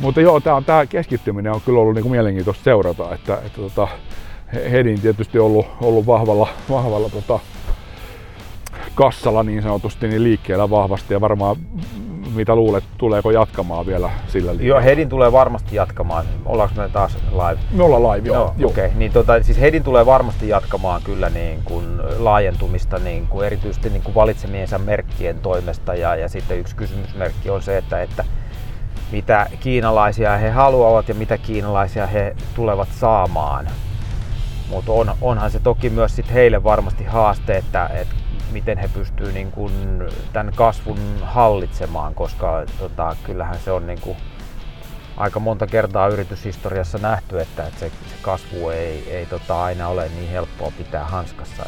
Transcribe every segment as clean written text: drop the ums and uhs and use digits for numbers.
Mutta joo, tämä keskittyminen on kyllä ollut niinku mielenkiintoista seurata, että Hedin tietysti ollut vahvalla kassalla niin sanotusti niin liikkeellä vahvasti ja varmaan mitä luulet, tuleeko jatkamaan vielä sillä liikkeellä? Joo, Hedin tulee varmasti jatkamaan. Ollaanko me taas live? Me ollaan live, joo. No, okei. Niin, siis Hedin tulee varmasti jatkamaan kyllä niin kuin laajentumista niin kuin erityisesti niin kuin valitsemiensa merkkien toimesta ja sitten yksi kysymysmerkki on se, että mitä kiinalaisia he haluavat ja mitä kiinalaisia he tulevat saamaan. Mutta onhan se toki myös sit heille varmasti haaste, että miten he pystyvät niin kun tämän kasvun hallitsemaan, koska kyllähän se on niin kun aika monta kertaa yrityshistoriassa nähty, että se kasvu ei aina ole niin helppoa pitää hanskassa.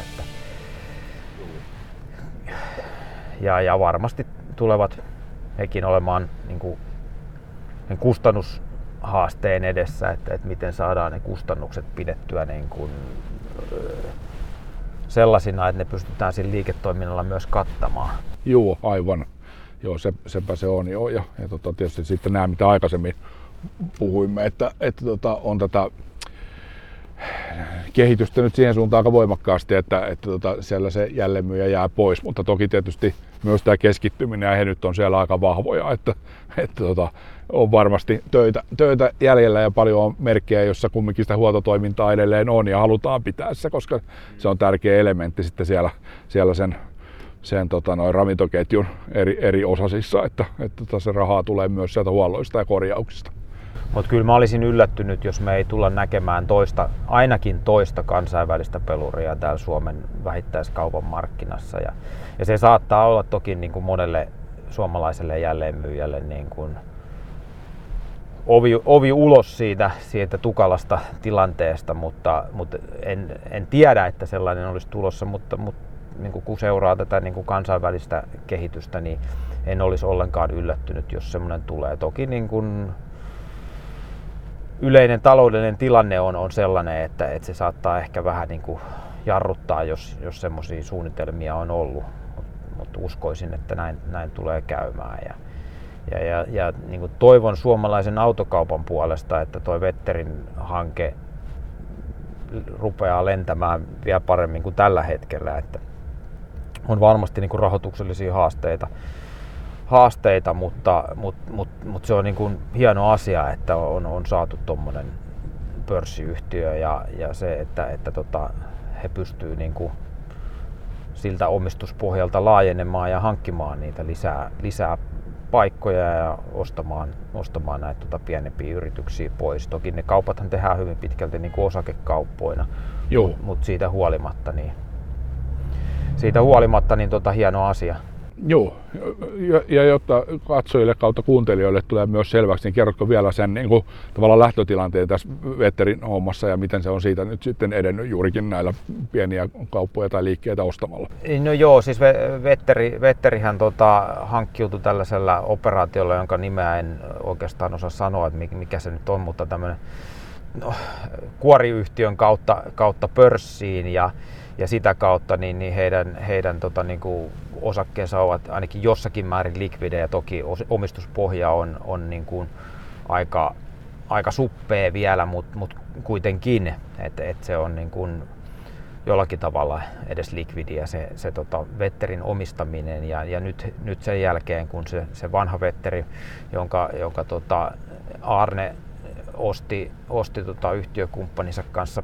Ja varmasti tulevat hekin olemaan niin kun kustannushaasteen edessä, että miten saadaan ne kustannukset pidettyä niin kuin sellaisina, että ne pystytään sillä liiketoiminnalla myös kattamaan. Joo, aivan. Joo, sepä se on jo. Ja tietysti sitten nämä, mitä aikaisemmin puhuimme, että on tätä kehitystä nyt siihen suuntaan aika voimakkaasti, että siellä se jälleenmyyjä jää pois, mutta toki tietysti myös tämä keskittyminen ja he nyt on siellä aika vahvoja, että on varmasti töitä jäljellä ja paljon on merkkejä, jossa kumminkin sitä huoltotoimintaa edelleen on ja halutaan pitää se, koska se on tärkeä elementti sitten siellä sen ravintoketjun eri osasissa, että se rahaa tulee myös sieltä huolloista ja korjauksista. Mutta kyllä mä olisin yllättynyt, jos me ei tulla näkemään ainakin toista kansainvälistä peluria täällä Suomen vähittäiskaupan markkinassa. Ja se saattaa olla toki niin kuin monelle suomalaiselle jälleenmyyjälle niin kuin ovi ulos siitä tukalasta tilanteesta, mutta en tiedä, että sellainen olisi tulossa, mutta niin kun seuraa tätä niin kuin kansainvälistä kehitystä, niin en olisi ollenkaan yllättynyt, jos semmoinen tulee. Toki niin kuin yleinen taloudellinen tilanne on sellainen, että se saattaa ehkä vähän niin kuin jarruttaa, jos semmoisia suunnitelmia on ollut, mutta uskoisin, että näin tulee käymään. Ja niin kuin toivon suomalaisen autokaupan puolesta, että toi Vetterin hanke rupeaa lentämään vielä paremmin kuin tällä hetkellä. Että on varmasti niin kuin rahoituksellisia haasteita, mutta se on niin kuin hieno asia, että on saatu tuommoinen pörssiyhtiö ja se, että he pystyvät niin kuin siltä omistuspohjalta laajenemaan ja hankkimaan niitä lisää paikkoja ja ostamaan näitä pienempiä yrityksiä pois. Toki ne kaupathan tehdään hyvin pitkälti niin kuin osakekauppoina, mutta siitä huolimatta hieno asia. Joo, ja jotta katsojille kautta kuuntelijoille tulee myös selväksi, niin kerrotko vielä sen niin kuin, tavallaan lähtötilanteen tässä Vetterin hommassa ja miten se on siitä nyt sitten edennyt juurikin näillä pieniä kauppoja tai liikkeitä ostamalla? No joo, siis Vetterihän hankkiutui tällaisella operaatiolla, jonka nimeä en oikeastaan osaa sanoa, että mikä se nyt on, mutta tämmöinen kuoriyhtiön kautta pörssiin ja sitä kautta niin heidän niin kuin osakkeensa ovat ainakin jossakin määrin likvidejä. Toki omistuspohja on niin kuin aika suppea vielä, mutta kuitenkin, että se on niin kuin jollakin tavalla edes likvidiä se Vetterin omistaminen. Ja nyt sen jälkeen, kun se vanha Vetteri, jonka Arne osti yhtiökumppaninsa kanssa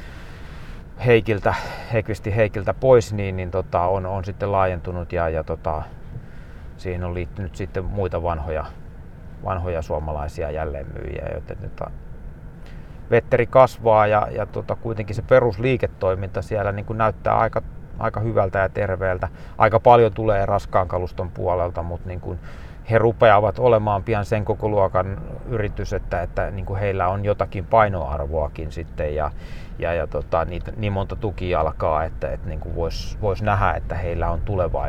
Heikiltä pois, niin on sitten laajentunut ja siihen on liittynyt sitten muita vanhoja suomalaisia jälleenmyyjiä, joten Vetteri kasvaa ja kuitenkin se perusliiketoiminta siellä niin kuin näyttää aika hyvältä ja terveeltä. Aika paljon tulee raskaan kaluston puolelta, mutta niin kuin he rupeavat olemaan pian sen koko luokan yritys, että niin kuin heillä on jotakin painoarvoakin sitten ja niitä niin monta tukijalkaa, että niin kuin vois nähdä, että heillä on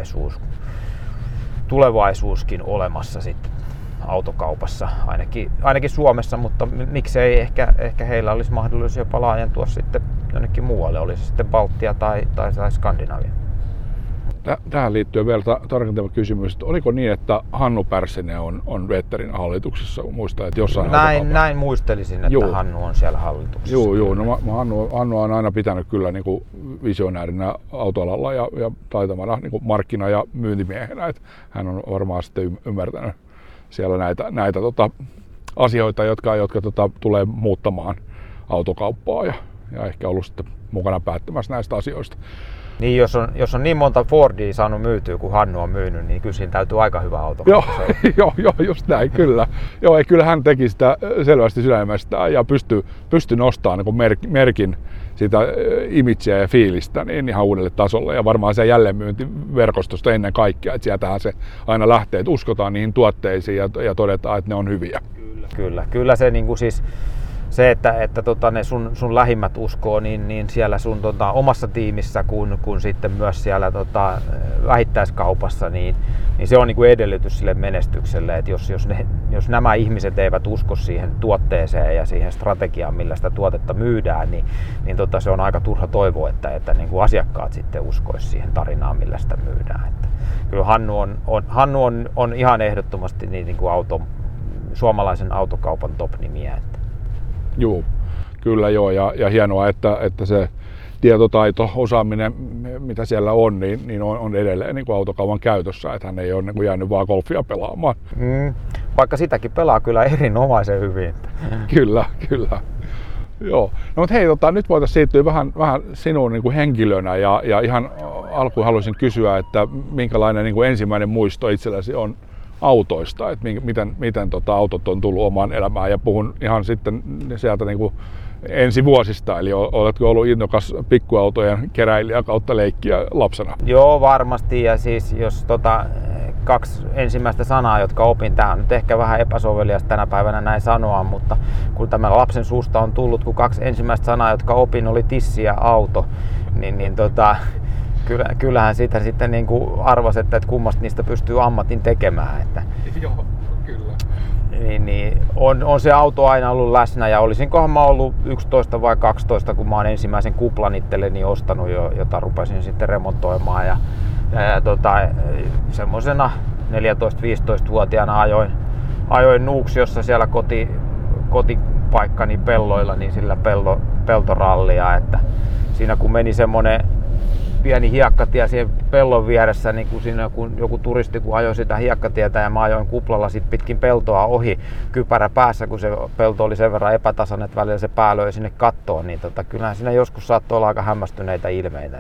tulevaisuuskin olemassa sitten autokaupassa, ainakin Suomessa, mutta miksei ehkä heillä olisi mahdollisuus jopa laajentua sitten jonnekin muualle, olisi sitten Baltia tai Skandinavia. Tähän liittyen vielä tarkentava kysymys, että oliko niin, että Hannu Pärssinen on Wetterin hallituksessa? Muistan, että jossain näin muistelisin, että Hannu on siellä hallituksessa. Joo. No, Hannu on aina pitänyt kyllä niin kuin visionäärinä autoalalla ja taitavana niin kuin markkina- ja myyntimiehenä. Että hän on varmaan sitten ymmärtänyt siellä näitä asioita, jotka tulee muuttamaan autokauppaa ja ehkä ollut sitten mukana päättämässä näistä asioista. Niin, jos on niin monta Fordia saanut myytyä kuin Hannu on myynyt, niin kyllä siinä täytyy aika hyvä auto. Joo, just näin, kyllä. Joo, kyllä hän teki sitä selvästi sydämestään ja pystyi nostamaan niin merkin sitä imageä ja fiilistä niin ihan uudelle tasolle. Ja varmaan se jälleenmyyntiverkostosta ennen kaikkea, että sieltähän se aina lähtee, että uskotaan niihin tuotteisiin ja todetaan, että ne on hyviä. Kyllä se niin kuin siis se, että ne sun lähimmät uskoo niin siellä sun omassa tiimissä kuin sitten myös siellä vähittäiskaupassa, niin se on niin kuin edellytys sille menestykselle. Että jos nämä ihmiset eivät usko siihen tuotteeseen ja siihen strategiaan, millä sitä tuotetta myydään, niin se on aika turha toivoa, että niin kuin asiakkaat sitten uskoisi siihen tarinaan, millä sitä myydään. Että kyllä Hannu on ihan ehdottomasti niin kuin suomalaisen autokaupan top-nimiä. Joo, kyllä joo, ja hienoa, että se tietotaito, osaaminen, mitä siellä on, niin on edelleen niin kuin autokaupan käytössä, että hän ei ole niin kuin jäänyt vaan golfia pelaamaan. Vaikka sitäkin pelaa kyllä erinomaisen hyvin. Kyllä. Joo. No mutta hei, nyt voitaisiin siirtyä vähän sinuun niin kuin henkilönä ja ihan alkuun haluaisin kysyä, että minkälainen niin kuin ensimmäinen muisto itselläsi on autoista, että miten autot on tullut omaan elämään, ja puhun ihan sitten sieltä niin kuin ensi vuosista, eli oletko ollut innokas pikkuautojen keräilijä kautta leikkiä lapsena? Joo, varmasti, ja siis jos 2 ensimmäistä sanaa, jotka opin, tämä on nyt ehkä vähän epäsoveliasta tänä päivänä näin sanoa, mutta kun tämä lapsen suusta on tullut, kun 2 ensimmäistä sanaa, jotka opin, oli tissi ja auto, niin kyllähän sitä sitten niin kuin arvasi, että kummasta niistä pystyy ammatin tekemään. Että joo, kyllä. Niin, on se auto aina ollut läsnä, ja olisinkohan mä ollut 11 vai 12, kun mä oon ensimmäisen kuplan itselleni ostanut, jota rupesin sitten remontoimaan. Ja semmosena 14-15-vuotiaana ajoin Nuuksiossa siellä kotipaikkani pelloilla, niin sillä peltorallia, että siinä kun meni semmonen pieni hiekkatie siihen pellon vieressä, niin kuin siinä joku turisti kun ajoi sitä hiekkatietä, ja mä ajoin kuplalla sit pitkin peltoa ohi kypärä päässä, kun se pelto oli sen verran epätasainen, että välillä se pää löi sinne kattoon, niin kyllähän siinä joskus saattoi olla aika hämmästyneitä ilmeitä.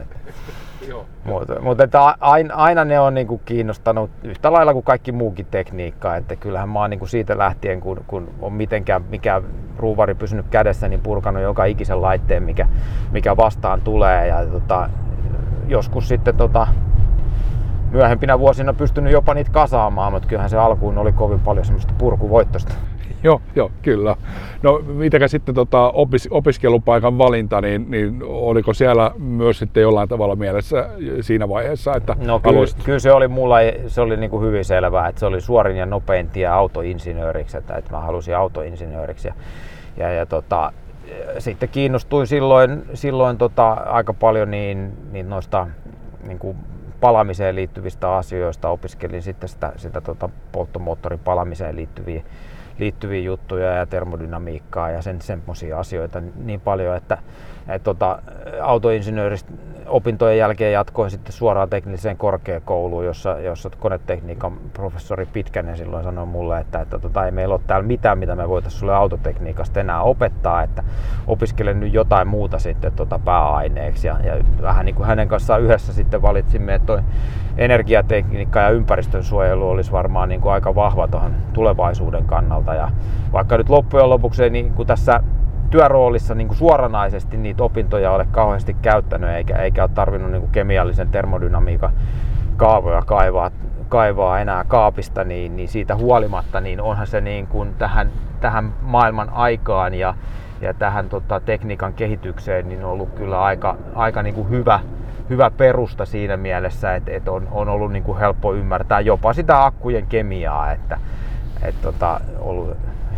Mutta aina ne on niinku kiinnostanut yhtä lailla kuin kaikki muukin tekniikka, että kyllähän mä oon niinku siitä lähtien, kun on mitenkään mikään ruuvari pysynyt kädessä, niin purkanut joka ikisen laitteen, mikä vastaan tulee, ja joskus sitten myöhempinä vuosina pystynyt jopa niitä kasaamaan, mutta kyllähän se alkuun oli kovin paljon semmoista purkuvoittosta. Joo, kyllä. No mitäkä sitten opiskelupaikan valinta, niin oliko siellä myös sitten jollain tavalla mielessä siinä vaiheessa, että no kyllä se oli mulla, se oli niin kuin hyvin selvää, että se oli suorin ja nopein tie autoinsinööriksi, että mä halusin autoinsinööriksi, ja sitten kiinnostuin silloin aika paljon niin noista niin kuin palamiseen liittyvistä asioista. Opiskelin sitten sitä polttomoottorin palamiseen liittyviä juttuja ja termodynamiikkaa ja semmoisia asioita niin paljon, että autoinsinööristä opintojen jälkeen jatkoin sitten suoraan tekniseen korkeakouluun, jossa konetekniikan professori Pitkänen silloin sanoi mulle, että ei meillä ole täällä mitään, mitä me voitaisiin sulle autotekniikasta enää opettaa, että opiskelen nyt jotain muuta sitten pääaineeksi, ja vähän niin kuin hänen kanssaan yhdessä sitten valitsimme, että toi energiatekniikka ja ympäristönsuojelu olisi varmaan niin kuin aika vahva tuohon tulevaisuuden kannalta, ja vaikka nyt loppujen lopuksi niin kuin tässä työroolissa niin kuin suoranaisesti niitä opintoja ole kauheasti käyttänyt, eikä ole tarvinnut niin kuin kemiallisen termodynamiikan kaavoja kaivaa enää kaapista, niin siitä huolimatta niin onhan se niin kuin tähän maailman aikaan ja tähän tekniikan kehitykseen niin on ollut kyllä aika niin kuin hyvä perusta siinä mielessä, että on ollut niin kuin helppo ymmärtää jopa sitä akkujen kemiaa, että ollut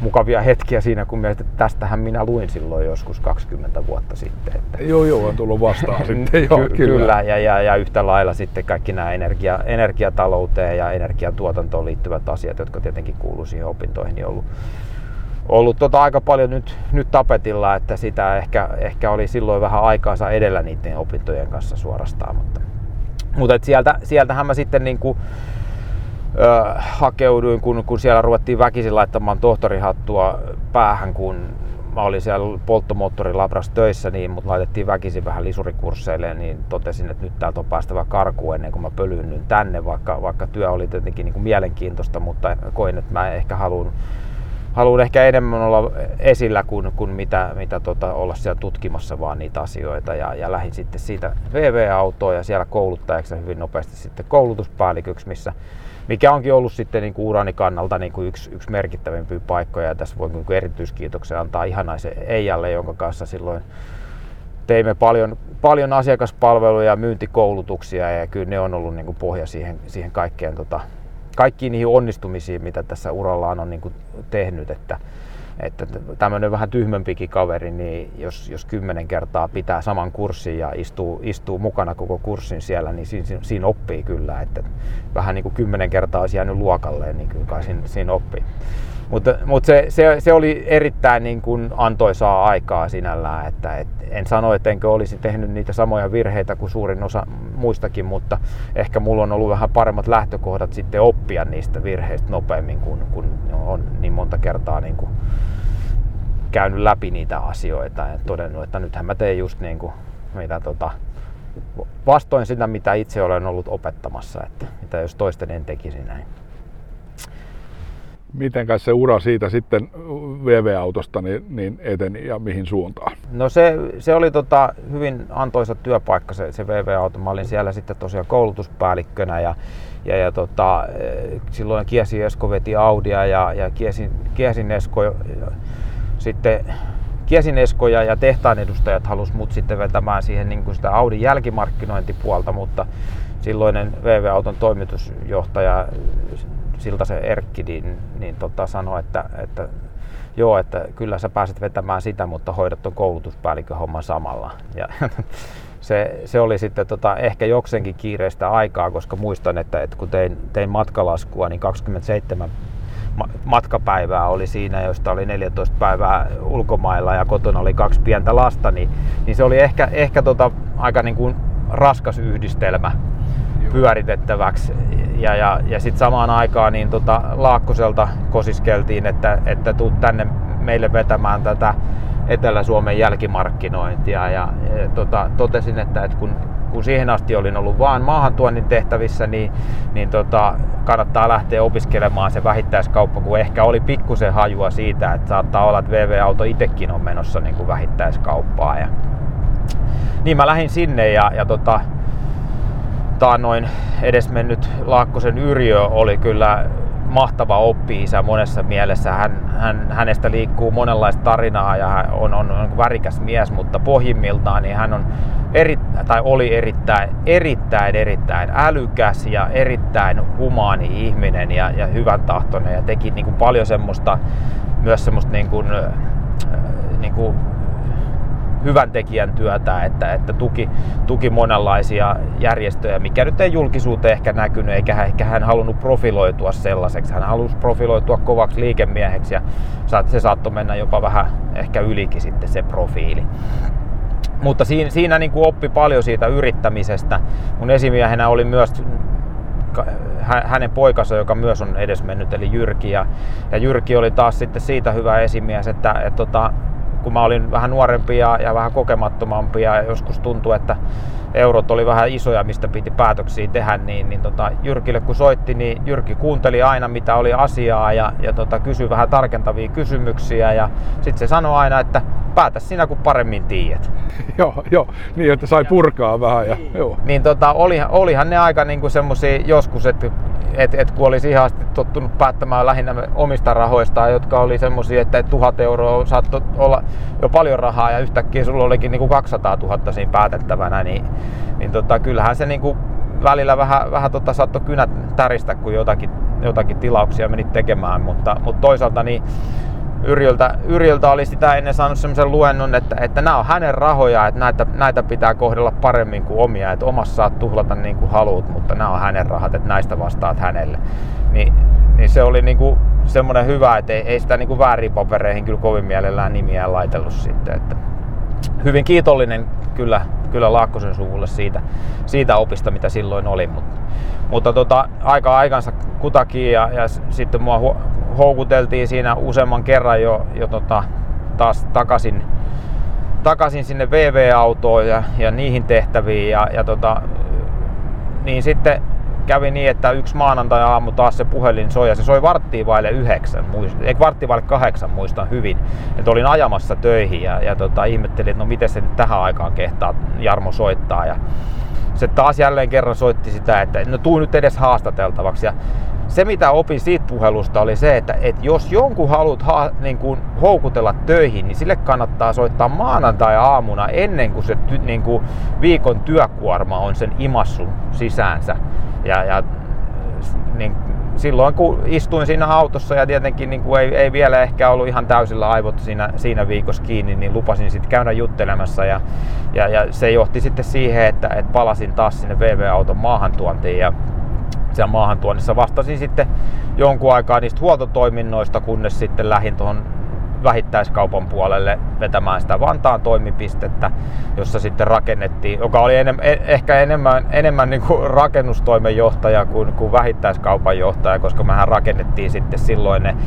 mukavia hetkiä siinä, kun mietin, että tästähän minä luin silloin joskus 20 vuotta sitten. Että Joo, on tullut vastaan sitten. Joo, kyllä. Ja yhtä lailla sitten kaikki nämä energiatalouteen ja energiatuotantoon liittyvät asiat, jotka tietenkin kuuluu siihen opintoihin, niin ollut aika paljon nyt tapetilla, että sitä ehkä oli silloin vähän aikaansa edellä niiden opintojen kanssa suorastaan. Mutta sieltähän mä sitten niinku, hakeuduin, kun siellä ruvettiin väkisin laittamaan tohtorihattua päähän, kun mä olin siellä polttomoottorilabrassa töissä, niin mut laitettiin väkisin vähän lisurikursseille, niin totesin, että nyt täältä on päästävä karkuun ennen kuin mä pölynnyn tänne, vaikka työ oli tietenkin niin kuin mielenkiintoista, mutta koin, että mä ehkä haluan ehkä enemmän olla esillä kuin mitä olla siellä tutkimassa vaan niitä asioita ja lähdin sitten siitä VV-autoon ja siellä kouluttajaksi hyvin nopeasti sitten koulutuspäälliköksi, mikä onkin ollut sitten niin kuin urani kannalta niin kuin yksi merkittävimpiä paikkoja, ja tässä voin erityiskiitoksen antaa ihanaisen Eijalle, jonka kanssa silloin teimme paljon asiakaspalveluja ja myyntikoulutuksia, ja kyllä ne on ollut niin kuin pohja siihen kaikkiin niihin onnistumisiin, mitä tässä urallaan on niin kuin tehnyt, että tämmöinen vähän tyhmempikin kaveri, niin jos 10 kertaa pitää saman kurssin ja istuu mukana koko kurssin siellä, niin siinä oppii kyllä, että vähän niin kuin 10 kertaa olisi jäänyt luokalleen, niin kyllä kai siinä oppii. Mutta se oli erittäin niin kuin antoisaa aikaa sinällään, että en sano, ettenkö olisi tehnyt niitä samoja virheitä kuin suurin osa muistakin, mutta ehkä mulla on ollut vähän paremmat lähtökohdat sitten oppia niistä virheistä nopeammin, kun on niin monta kertaa niin kuin käynyt läpi niitä asioita ja todennut, että nythän mä teen just niin kuin vastoin sitä, mitä itse olen ollut opettamassa, että mitä jos toisten en tekisi näin. Mitenkäs se ura siitä sitten VV-autosta niin eteni ja mihin suuntaan? No se oli hyvin antoisa työpaikka se VV-auto. Mä olin siellä sitten tosiaan koulutuspäällikkönä ja silloin Kiesi Esko veti Audia ja Kiesin Esko ja tehtaan edustajat halusi mut sitten vetämään siihen niin kuin sitä Audin jälkimarkkinointipuolta, mutta silloinen VV-auton toimitusjohtaja Siltasen Erkki niin sanoi, että joo, että kyllä sä pääset vetämään sitä, mutta hoidat ton koulutuspäällikön homman samalla. Ja se oli sitten ehkä jokseenkin kiireistä aikaa, koska muistan, että kun tein matkalaskua, niin 27 matkapäivää oli siinä, josta oli 14 päivää ulkomailla ja kotona oli 2 pientä lasta, niin se oli ehkä aika niin kuin raskas yhdistelmä pyöritettäväksi. Ja sitten samaan aikaan niin Laakkoselta kosiskeltiin, että tuu tänne meille vetämään tätä Etelä-Suomen jälkimarkkinointia. Ja totesin, että kun siihen asti olin ollut vaan maahantuonnin tehtävissä, niin kannattaa lähteä opiskelemaan se vähittäiskauppa, kun ehkä oli pikkusen hajua siitä, että saattaa olla, että VV-auto itsekin on menossa niin kuin vähittäiskauppaan. Ja niin mä lähdin sinne ja taannoin edesmennyt Laakkosen Yrjö oli kyllä mahtava oppi-isä monessa mielessä. Hänestä liikkuu monenlaista tarinaa ja hän on värikäs mies, mutta pohjimmiltaan niin hän on oli erittäin älykäs ja erittäin humaani ihminen ja hyvän tahtoinen ja teki niin kuin paljon myös semmoista niin kuin hyvän tekijän työtä, että tuki monenlaisia järjestöjä, mikä nyt ei julkisuuteen ehkä näkynyt, eikä hän halunnut profiloitua sellaiseksi. Hän halusi profiloitua kovaksi liikemieheksi ja se saattoi mennä jopa vähän ehkä ylikin sitten se profiili. Mutta siinä niin kuin oppi paljon siitä yrittämisestä. Mun esimiehenä oli myös hänen poikansa, joka myös on edesmennyt, eli Jyrki. Ja Jyrki oli taas sitten siitä hyvä esimies, että kun mä olin vähän nuorempi ja vähän kokemattomampi ja joskus tuntui, että eurot oli vähän isoja, mistä piti päätöksiä tehdä, niin Jyrkille kun soitti, niin Jyrki kuunteli aina mitä oli asiaa ja kysyi vähän tarkentavia kysymyksiä ja sitten se sanoi aina, että päätä sinä kun paremmin tiedät. Joo, niin että sai purkaa vähän. Ja, joo. Niin olihan ne aika niinku semmosia joskus, että kun olisi ihan asti tottunut päättämään lähinnä omista rahoistaan, jotka oli semmosia, että 1000 € saattoi olla jo paljon rahaa ja yhtäkkiä sulla olikin niinku 200 000 siinä päätettävänä, niin kyllähän se niinku välillä vähän saattoi kynät täristä, kun jotakin tilauksia menit tekemään, mutta toisaalta niin Yrjöltä oli sitä ennen saanut semmoisen luennon, että nämä on hänen rahoja, että näitä pitää kohdella paremmin kuin omia, että omassa saat tuhlata niin kuin haluat, mutta nämä on hänen rahat, että näistä vastaat hänelle. Niin se oli niinku semmoinen hyvä, että ei sitä niinku väärin papereihin kyllä kovin mielellään nimiä laitellut sitten. Että hyvin kiitollinen kyllä Laakkosen suvulle siitä opista, mitä silloin oli. Mutta aikansa kutakin ja sitten mua houkuteltiin siinä useamman kerran jo taas takaisin sinne VV-autoon ja niihin tehtäviin. Niin sitten kävi niin, että yksi maanantai-aamu taas se puhelin soi ja se soi 8:15 muistan hyvin. Että olin ajamassa töihin ja ihmettelin, että no miten se nyt tähän aikaan kehtaa Jarmo soittaa. Ja se taas jälleen kerran soitti sitä, että no tuu nyt edes haastateltavaksi. Ja se mitä opin siitä puhelusta oli se, että jos jonkun haluat niin kuin houkutella töihin, niin sille kannattaa soittaa maanantai-aamuna ennen kuin se niin kuin viikon työkuorma on sen imassun sisäänsä. Ja niin, silloin kun istuin siinä autossa ja tietenkin niin kuin ei vielä ehkä ollut ihan täysillä aivot siinä viikossa kiinni, niin lupasin sitten käydä juttelemassa ja se johti sitten siihen, että palasin taas sinne VV-auton maahantuontiin ja siellä maahantuonnissa vastasin sitten jonkun aikaa niistä huoltotoiminnoista, kunnes sitten lähdin tuohon vähittäiskaupan puolelle vetämään sitä Vantaan toimipistettä, jossa sitten rakennettiin, joka oli ehkä enemmän niin kuin rakennustoimenjohtaja kuin vähittäiskaupan johtaja, koska mehän rakennettiin sitten silloin ne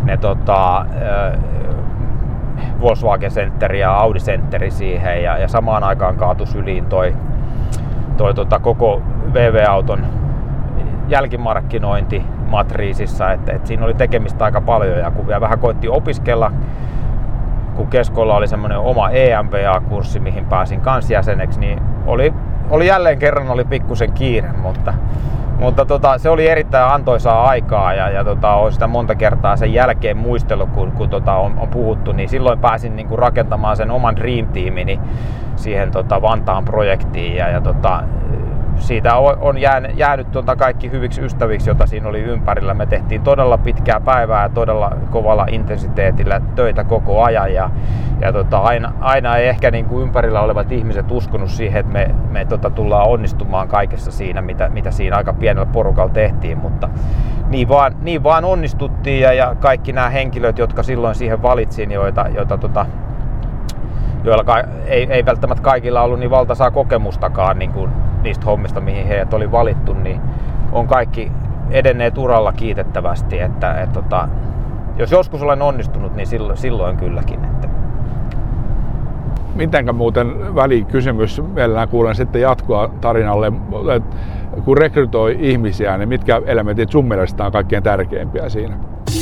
Volkswagen Centeri ja Audi Centeri siihen ja samaan aikaan kaatui syliin toi koko VV-auton jälkimarkkinointi matriisissa, että siinä oli tekemistä aika paljon ja kun vielä vähän koitti opiskella, kun Keskolla oli semmoinen oma EMBA-kurssi, mihin pääsin kans jäseneksi, niin oli jälleen kerran pikkusen kiire, mutta se oli erittäin antoisaa aikaa ja olen sitä monta kertaa sen jälkeen muistellut, kun on puhuttu, niin silloin pääsin niinku rakentamaan sen oman Dream Teamini siihen Vantaan projektiin ja siitä on jäänyt kaikki hyviksi ystäviksi, joita siinä oli ympärillä. Me tehtiin todella pitkää päivää ja todella kovalla intensiteetillä töitä koko ajan. Aina ei ehkä niin kuin ympärillä olevat ihmiset uskonut siihen, että me tullaan onnistumaan kaikessa siinä, mitä siinä aika pienellä porukalla tehtiin. Mutta niin vaan onnistuttiin ja kaikki nämä henkilöt, jotka silloin siihen valitsin, joilla ei välttämättä kaikilla ollut niin valtaisaa kokemustakaan niin kuin niistä hommista, mihin heidät oli valittu, niin on kaikki edenneet uralla kiitettävästi. Että jos joskus olen onnistunut, niin silloin kylläkin. Mitenkä muuten välikysymys, mielellään kuulen sitten jatkoa tarinalle, kun rekrytoi ihmisiä, niin mitkä elementit sun mielestä on kaikkein tärkeimpiä siinä?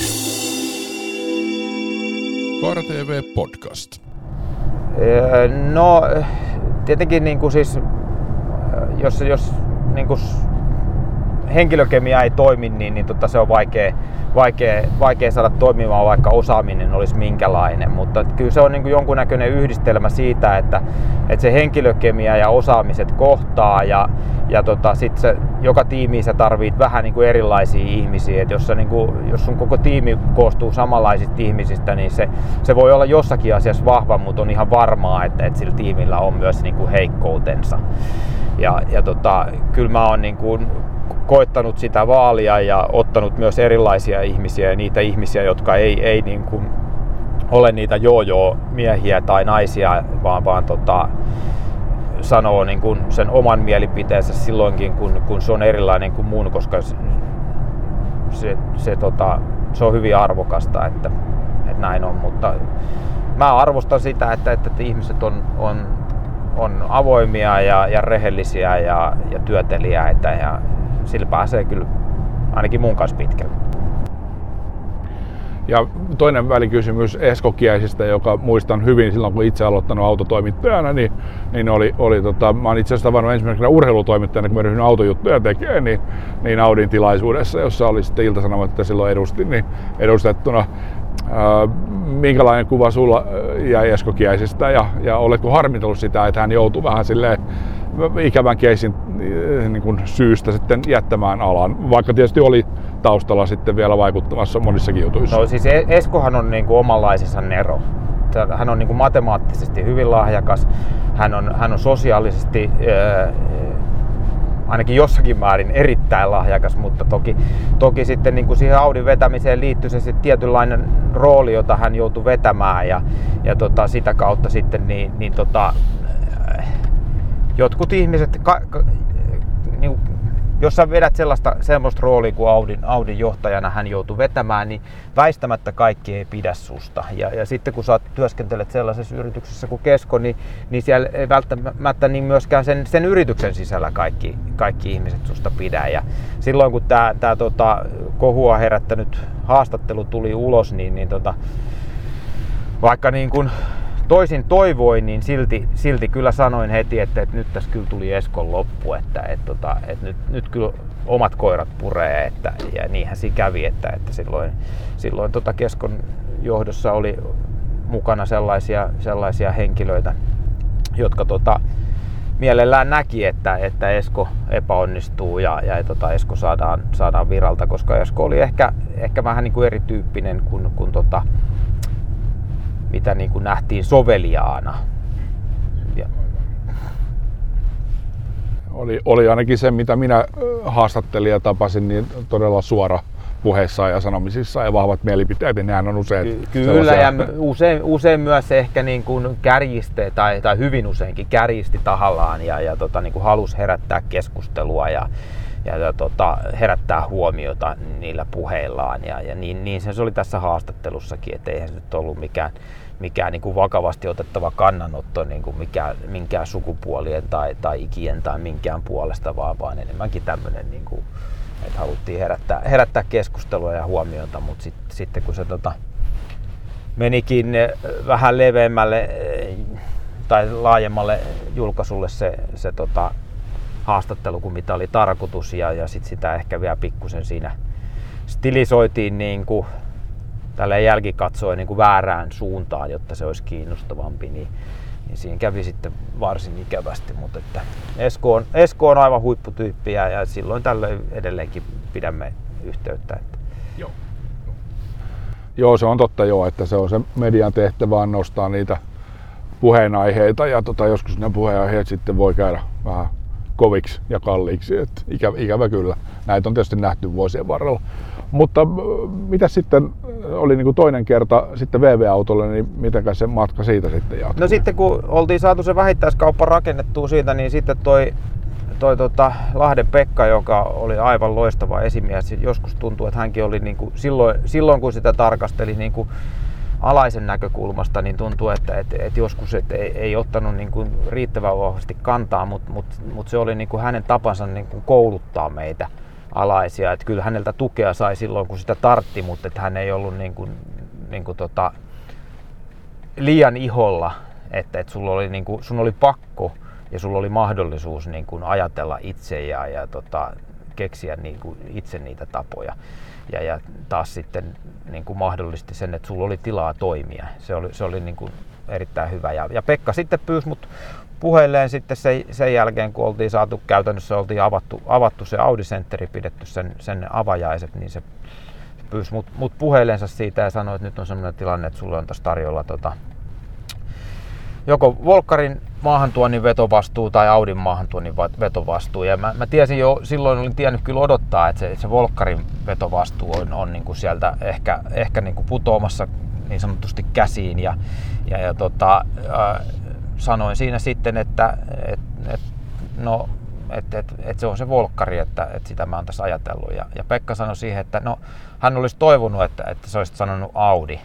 Kaara TV Podcast. No tietenkin niin kuin siis, jos niin kuin henkilökemia ei toimi, niin se on vaikea saada toimimaan, vaikka osaaminen olisi minkälainen. Mutta kyllä se on niin kuin jonkunnäköinen yhdistelmä siitä, että se henkilökemia ja osaamiset kohtaa ja sit joka tiimiin sä tarvit vähän niin kuin erilaisia ihmisiä. Et jos sun koko tiimi koostuu samanlaisista ihmisistä, niin se voi olla jossakin asiassa vahva, mutta on ihan varmaa, että sillä tiimillä on myös niin kuin heikkoutensa. Kyllä mä oon niin kuin koittanut sitä vaalia ja ottanut myös erilaisia ihmisiä ja niitä ihmisiä, jotka ei niin kuin ole niitä joo-miehiä tai naisia, vaan sanoo niin kuin sen oman mielipiteensä silloinkin, kun se on erilainen kuin mun, koska se on hyvin arvokasta, että näin on. Mutta mä arvostan sitä, että ihmiset on avoimia ja rehellisiä ja työteliäitä ja sillä pääsee kyllä ainakin mun kanssa pitkälle. Ja toinen välikysymys Esko Kiesistä, joka muistan hyvin silloin, kun itse aloittanut autotoimittajana, niin oli mä oon itse asiassa tavannut ensimmäisenä urheilutoimittajana, kun mä ryhdyin autojuttuja tekemään, niin Audin tilaisuudessa, jossa oli sitten Ilta-Sanomat, että silloin edustin, niin edustettuna. Minkälainen kuva sulla jäi Esko Kiesistä ja oletko harmitellut sitä, että hän joutui vähän silleen ikävän keisin niin kuin syystä sitten jättämään alan, vaikka tietysti oli taustalla sitten vielä vaikuttamassa monissakin jutuissa. No siis Eskohan on niin kuin omanlaisensa nero. Hän on niin kuin matemaattisesti hyvin lahjakas, hän on sosiaalisesti ainakin jossakin määrin erittäin lahjakas, mutta toki sitten niin kuin siihen Audin vetämiseen liittyy se sitten tietynlainen rooli, jota hän joutui vetämään ja sitä kautta sitten jotkut ihmiset, niin, jos sä vedät semmoista roolia kuin Audin johtajana hän joutui vetämään, niin väistämättä kaikki ei pidä susta. Ja sitten kun sä työskentelet sellaisessa yrityksessä kuin Kesko, niin siellä ei välttämättä niin myöskään sen yrityksen sisällä kaikki ihmiset susta pidä. Ja silloin kun tää kohua herättänyt haastattelu tuli ulos, niin vaikka niin kuin toisin toivoin, niin silti kyllä sanoin heti, että nyt tässä kyllä tuli Eskon loppu, että nyt kyllä omat koirat puree, ja niinhän siinä kävi, että silloin Keskon johdossa oli mukana sellaisia henkilöitä, jotka mielellään näki, että Esko epäonnistuu ja Esko saadaan viralta, koska Esko oli ehkä vähän niin kuin erityyppinen kuin mitä niin kuin nähtiin soveliaana. Oli ainakin se, mitä minä haastattelin ja tapasin, niin todella suora puheissa ja sanomisissa ja vahvat mielipiteet, niin nehän on usein Kyllä, ja usein myös ehkä niin kuin kärjisti, tai hyvin useinkin kärjisti tahallaan ja niin kuin halusi herättää keskustelua ja herättää huomiota niillä puheillaan. Ja niin se oli tässä haastattelussakin, että eihän se nyt ollut mikään niin kuin vakavasti otettava kannanotto niin kuin minkään sukupuolien tai ikien tai minkään puolesta, vaan enemmänkin tämmöinen, niin kuin, että haluttiin herättää keskustelua ja huomiota, mutta sitten kun se menikin vähän leveämmälle tai laajemmalle julkaisulle se haastattelu kuin mitä oli tarkoitus ja sitten sitä ehkä vielä pikkusen siinä stilisoitiin niin kuin tälleen jälkikatsoen niin kuin väärään suuntaan, jotta se olisi kiinnostavampi, niin siinä kävi sitten varsin ikävästi, mutta että Esko on aivan huipputyyppi ja silloin tällöin edelleenkin pidämme yhteyttä. Joo, se on totta että se on se median tehtävä nostaa niitä puheenaiheita ja joskus ne puheenaiheet sitten voi käydä vähän koviksi ja kalliiksi, että ikävä kyllä. Näitä on tietysti nähty vuosien varrella. Mutta mitä sitten oli niin kuin toinen kerta sitten VV-autolle, niin mitenkä se matka siitä sitten jatkui? No sitten kun oltiin saatu se vähittäiskauppa rakennettua siitä, niin sitten toi Lahden Pekka, joka oli aivan loistava esimies, joskus tuntui, että hänkin oli niin kuin silloin kun sitä tarkasteli niin kuin alaisen näkökulmasta, niin tuntuu, että joskus ei ottanut niin kuin riittävän vahvasti kantaa, mutta se oli niin kuin hänen tapansa niin kuin kouluttaa meitä alaisia. Että kyllä häneltä tukea sai silloin, kun sitä tartti, mutta että hän ei ollut liian iholla, että sun oli pakko ja sulla oli mahdollisuus niin kuin ajatella itse ja keksiä niin kuin itse niitä tapoja. Ja taas sitten niin kuin mahdollisti sen, että sulla oli tilaa toimia. Se oli niin kuin erittäin hyvä. Ja Pekka sitten pyysi mut puheilleen sitten sen jälkeen, kun oltiin avattu se Audi Centeri, pidetty sen avajaiset, niin se pyysi mut puheilleensa siitä ja sanoi, että nyt on sellainen tilanne, että sulla on tässä tarjolla joko Volkkarin maahantuonnin vetovastuu tai Audin maahantuonnin vetovastuu. Ja mä tiesin jo, silloin olin tiennyt kyllä odottaa, että se Volkkarin vetovastuu on niin kuin sieltä ehkä niin kuin putoamassa niin sanotusti käsiin. Ja sanoin siinä sitten, että se on se Volkkari, että sitä mä oon tässä ajatellut. Ja Pekka sanoi siihen, että no, hän olisi toivonut, että sä olisit sanonut Audi.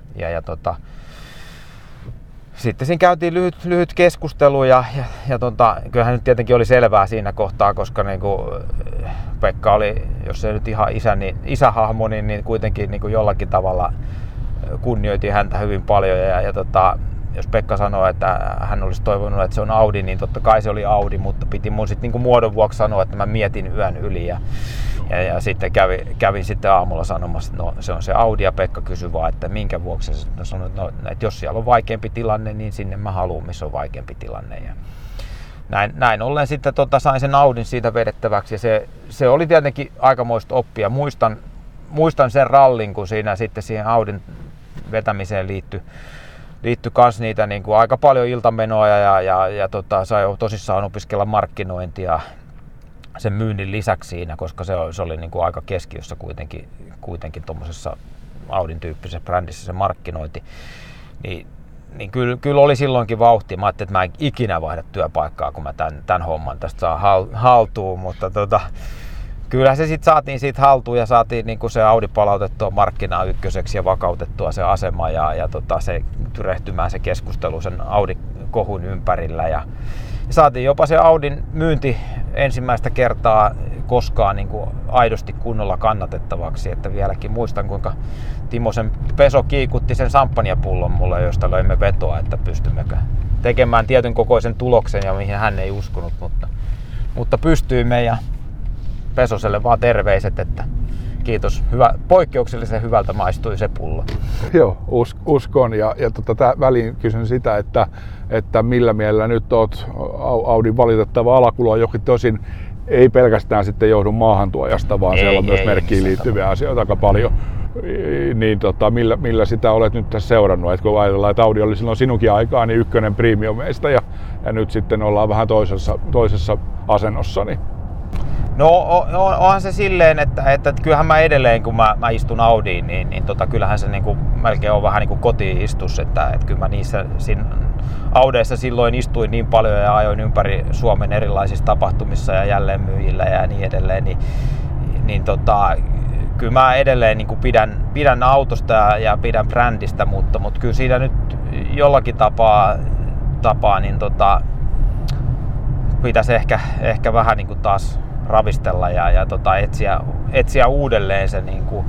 Sitten siinä käytiin lyhyt keskustelu ja kyllähän nyt tietenkin oli selvää siinä kohtaa, koska niinku Pekka oli, jos ei nyt ihan isähahmo, niin kuitenkin niinku jollakin tavalla kunnioitin häntä hyvin paljon ja jos Pekka sanoi, että hän olisi toivonut, että se on Audi, niin totta kai se oli Audi, mutta piti mun sitten niinku muodon vuoksi sanoa, että mä mietin yön yli ja sitten kävin sitten aamulla sanomassa, että no, se on se Audi ja Pekka kysyi vaan, että minkä vuoksi se sanoi, että jos siellä on vaikeampi tilanne, niin sinne mä haluan, missä on vaikeampi tilanne. näin ollen sitten sain sen Audin siitä vedettäväksi, ja se oli tietenkin aikamoista oppia. Muistan sen rallin, kun siinä sitten siihen Audin vetämiseen liittyi kans niitä niin kuin aika paljon iltamenoja ja sai tosissaan opiskella markkinointia sen myynnin lisäksi siinä, koska se oli niin kuin aika keskiössä kuitenkin tuommoisessa Audin tyyppisessä brändissä se markkinointi. Niin kyllä oli silloinkin vauhtia. Mä ajattelin, että mä en ikinä vaihda työpaikkaa, kun mä tämän homman tästä saa haltuun, mutta kyllä se sitten saatiin siitä haltuun ja saatiin niin kuin se Audi palautettua markkinaa ykköseksi ja vakautettua se asema ja se tyrehtymään se keskustelu sen Audi-kohun ympärillä. Ja saatiin jopa se Audin myynti ensimmäistä kertaa koskaan niin kuin aidosti kunnolla kannatettavaksi. Että vieläkin muistan, kuinka Timo sen peso kiikutti sen samppanjapullon mulle, josta löimme vetoa, että pystymmekö tekemään tietyn kokoisen tuloksen ja mihin hän ei uskonut, mutta pystyimme ja Pesoselle vaan terveiset, että kiitos, poikkeuksellisen hyvältä maistui se pullo. Joo, uskon ja väliin kysyn sitä, että millä mielellä nyt oot Audin valitettava alakulo, joka tosin ei pelkästään sitten johdu maahantuojasta, vaan siellä on myös merkkiin liittyviä asioita aika paljon. Niin millä sitä olet nyt tässä seurannut? Et kun ajatellaan, että Audi oli silloin sinunkin aikaa niin ykkönen premiumeista ja nyt sitten ollaan vähän toisessa asennossa. Niin. No onhan se silleen, että kyllähän mä edelleen, kun mä istun Audiin, niin kyllähän se niin kuin, melkein on vähän niin kuin kotiin-istus, että kyllä mä Audeissa silloin istuin niin paljon ja ajoin ympäri Suomen erilaisissa tapahtumissa ja jälleenmyyjillä ja niin edelleen, niin kyllä mä edelleen niin kuin pidän autosta ja pidän brändistä, mutta kyllä siinä nyt jollakin tapaa niin pitäisi ehkä vähän niin kuin taas ravistella ja etsiä uudelleen se niin kuin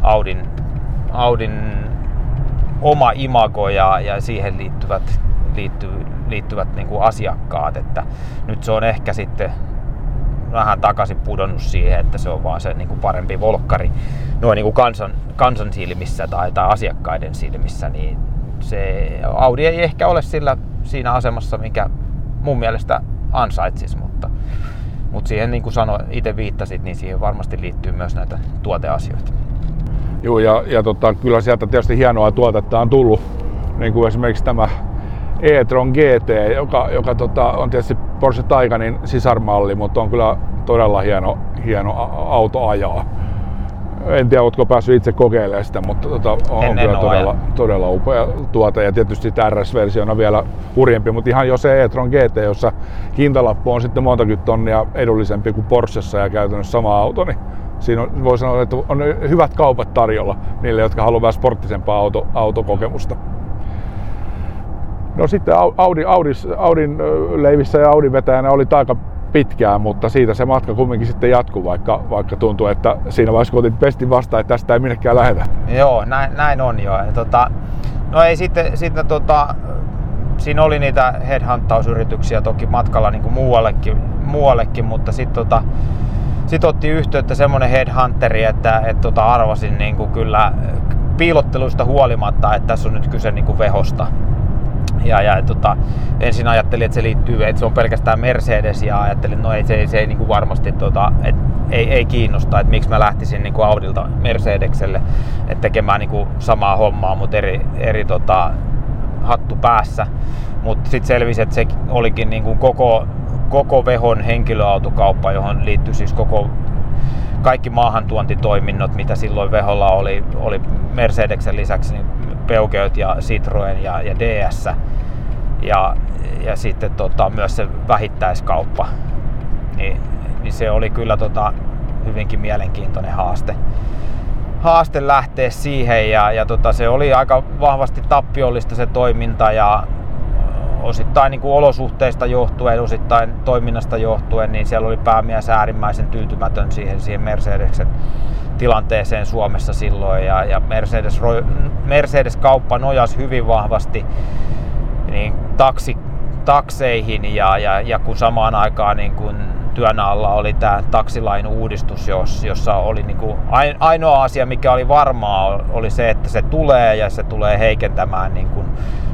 Audin oma imago ja siihen liittyvät niin kuin asiakkaat, että nyt se on ehkä sitten vähän takaisin pudonnut siihen, että se on vaan se niin kuin parempi volkkari noin niin kuin kansan silmissä tai asiakkaiden silmissä, niin se Audi ei ehkä ole siinä asemassa, mikä mun mielestä ansaitsisi, mutta siihen niin kuin itse viittasit, niin siihen varmasti liittyy myös näitä tuoteasioita. Joo, ja kyllä sieltä tietysti hienoa tuotetta on tullut, niin kuin esimerkiksi tämä e-tron GT, joka on tietysti Porsche Taycanin sisarmalli, mutta on kyllä todella hieno auto ajaa. En tiedä, oletko päässyt itse kokeilemaan sitä, mutta on kyllä todella upea tuote ja tietysti RS-versiona vielä hurjempi, mutta ihan jo se e-tron GT, jossa hintalappu on sitten montakymmentä tonnia edullisempi kuin Porschessa ja käytännössä sama auto, niin siinä voi sanoa, että on hyvät kaupat tarjolla niille, jotka haluaa vähän sporttisempaa autokokemusta. No sitten Audin leivissä ja Audin vetäjänä oli aika pitkään, mutta siitä se matka kumminkin sitten jatkuu, vaikka tuntuu, että siinä vaiheessa kun otit pestin vastaan, että tästä ei minnekään lähdetä. Joo, näin on jo. No ei sitten siinä oli niitä headhunttausyrityksiä toki matkalla niin kuin muuallekin, mutta sitten otti yhteyttä semmoinen headhunteri, että arvasin niin kuin kyllä piilotteluista huolimatta, että tässä on nyt kyse niin kuin vehosta. Ensin ajattelin, että se liittyy, että se on pelkästään Mercedes ja ajattelin, no se ei niin kuin varmasti ei kiinnosta, että miksi mä lähtisin niin kuin Audilta Mercedekselle tekemään niin kuin samaa hommaa, mutta eri hattu päässä. Mutta sitten selvisi, että se olikin niin kuin koko vehon henkilöautokauppa, johon liittyi siis kaikki maahantuontitoiminnot, mitä silloin veholla oli Mercedeksen lisäksi niin Peugeot ja Citroën ja DS ja sitten myös se vähittäiskauppa, niin se oli kyllä hyvinkin mielenkiintoinen haaste lähteä siihen ja se oli aika vahvasti tappiollista se toiminta ja osittain niin kuin olosuhteista johtuen, osittain toiminnasta johtuen, niin siellä oli päämies äärimmäisen tyytymätön siihen Mercedeksen tilanteeseen Suomessa silloin ja Mercedes-kauppa nojasi hyvin vahvasti niin takseihin ja kun samaan aikaan niin kun työn alla oli tämä taksilain uudistus, jossa oli niin kuin ainoa asia, mikä oli varmaa, oli se, että se tulee ja se tulee heikentämään niin kuin